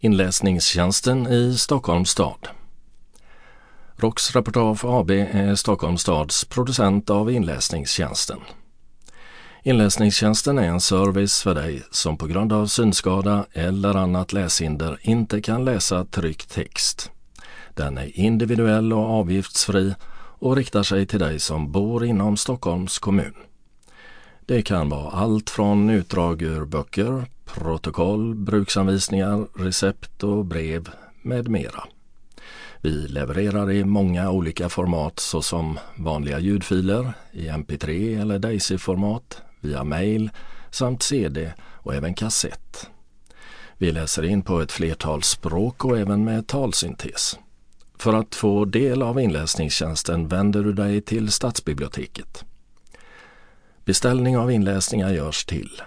Inläsningstjänsten i Stockholms stad. ROX Reportage AB är Stockholms stads producent av inläsningstjänsten. Inläsningstjänsten är en service för dig som på grund av synskada eller annat läshinder inte kan läsa tryckt text. Den är individuell och avgiftsfri och riktar sig till dig som bor inom Stockholms kommun. Det kan vara allt från utdrag ur böcker, protokoll, bruksanvisningar, recept och brev med mera. Vi levererar i många olika format såsom vanliga ljudfiler i MP3 eller DAISY-format, via mail samt CD och även kassett. Vi läser in på ett flertal språk och även med talsyntes. För att få del av inläsningstjänsten vänder du dig till Stadsbiblioteket. Beställning av inläsningar görs till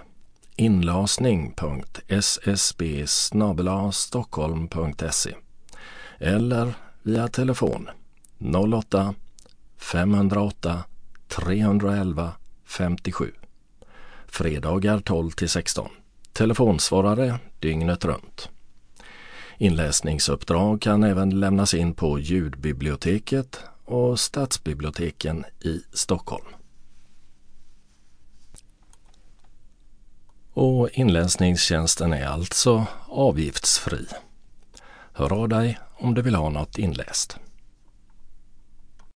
inlasning.ssb@stockholm.se eller via telefon 08 508 311 57. Fredagar 12-16. Telefonsvarare dygnet runt. Inläsningsuppdrag kan även lämnas in på ljudbiblioteket och stadsbiblioteken i Stockholm. Och inläsningstjänsten är alltså avgiftsfri. Hör av dig om du vill ha något inläst.